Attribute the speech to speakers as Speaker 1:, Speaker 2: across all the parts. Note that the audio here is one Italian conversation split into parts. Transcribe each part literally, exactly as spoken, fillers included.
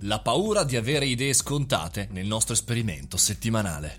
Speaker 1: la paura di avere idee scontate nel nostro esperimento settimanale.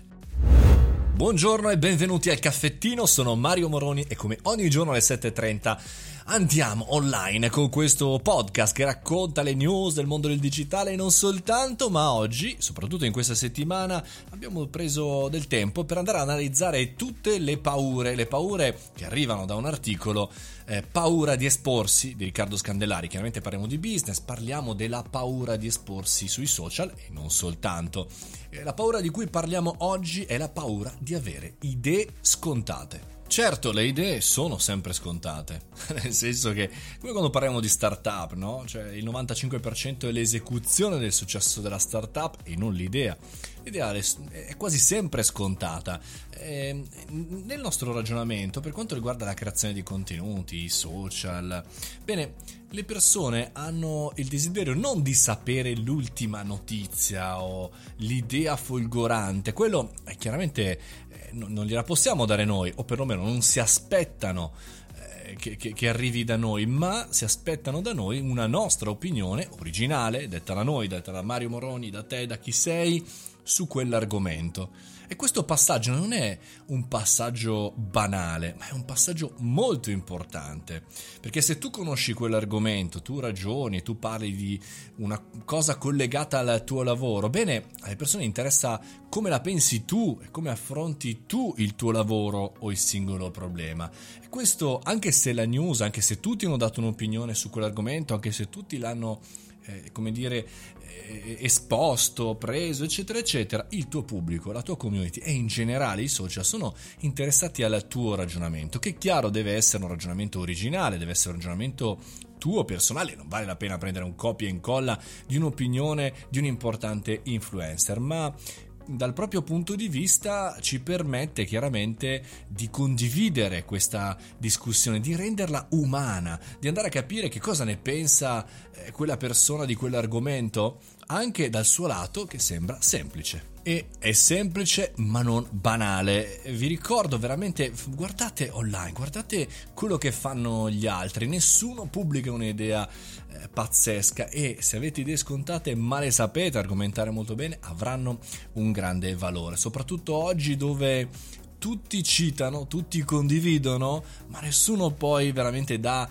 Speaker 1: Buongiorno e benvenuti al caffettino, sono Mario Moroni e come ogni giorno alle sette e trenta andiamo online con questo podcast che racconta le news del mondo del digitale e non soltanto, ma oggi, soprattutto in questa settimana, abbiamo preso del tempo per andare a analizzare tutte le paure, le paure che arrivano da un articolo eh, Paura di esporsi di Riccardo Scandellari. Chiaramente parliamo di business, parliamo della paura di esporsi sui social e non soltanto. Eh, la paura di cui parliamo oggi è la paura di avere idee scontate. Certo, le idee sono sempre scontate, nel senso che, come quando parliamo di startup, no? Cioè il novantacinque per cento è l'esecuzione del successo della startup e non l'idea. L'idea è quasi sempre scontata. E nel nostro ragionamento, per quanto riguarda la creazione di contenuti, i social, bene, le persone hanno il desiderio non di sapere l'ultima notizia o l'idea folgorante, quello è chiaramente non gliela possiamo dare noi, o perlomeno non si aspettano eh, che, che, che arrivi da noi, ma si aspettano da noi una nostra opinione originale, detta da noi, detta da Mario Moroni, da te, da chi sei, su quell'argomento. E questo passaggio non è un passaggio banale, ma è un passaggio molto importante, perché se tu conosci quell'argomento, tu ragioni, tu parli di una cosa collegata al tuo lavoro, bene, alle persone interessa come la pensi tu e come affronti tu il tuo lavoro o il singolo problema. E questo, anche se la news, anche se tutti hanno dato un'opinione su quell'argomento, anche se tutti l'hanno Eh, come dire eh, esposto, preso, eccetera eccetera, il tuo pubblico, la tua community e in generale i social sono interessati al tuo ragionamento, che chiaro deve essere un ragionamento originale, deve essere un ragionamento tuo personale, non vale la pena prendere un copia e incolla di un'opinione di un importante influencer, ma dal proprio punto di vista ci permette chiaramente di condividere questa discussione, di renderla umana, di andare a capire che cosa ne pensa eh, quella persona di quell'argomento, anche dal suo lato che sembra semplice. E è semplice ma non banale. Vi ricordo veramente, guardate online, guardate quello che fanno gli altri, nessuno pubblica un'idea eh, pazzesca e se avete idee scontate ma le sapete argomentare molto bene avranno un grande valore, soprattutto oggi dove tutti citano, tutti condividono, ma nessuno poi veramente dà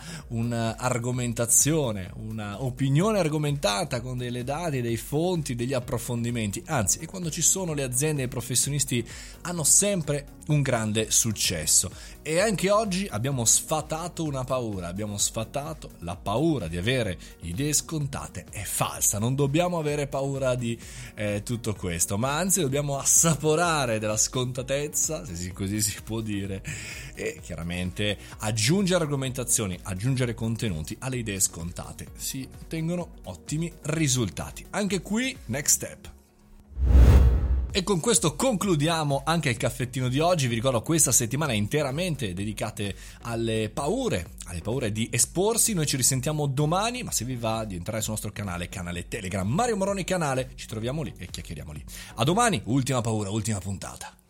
Speaker 1: un'argomentazione, una opinione argomentata con delle dati, dei fonti, degli approfondimenti. Anzi, e quando ci sono le aziende e i professionisti hanno sempre un grande successo. E anche oggi abbiamo sfatato una paura, abbiamo sfatato la paura di avere idee scontate. È falsa, non dobbiamo avere paura di eh, tutto questo, ma anzi dobbiamo assaporare della scontatezza, se così si può dire, e chiaramente aggiungere argomentazioni, aggiungere contenuti alle idee scontate. Si ottengono ottimi risultati. Anche qui, next step. E con questo concludiamo anche il caffettino di oggi. Vi ricordo questa settimana è interamente dedicate alle paure, alle paure di esporsi. Noi ci risentiamo domani, ma se vi va di entrare sul nostro canale, canale Telegram Mario Moroni canale, ci troviamo lì e chiacchieriamo lì. A domani, ultima paura, ultima puntata.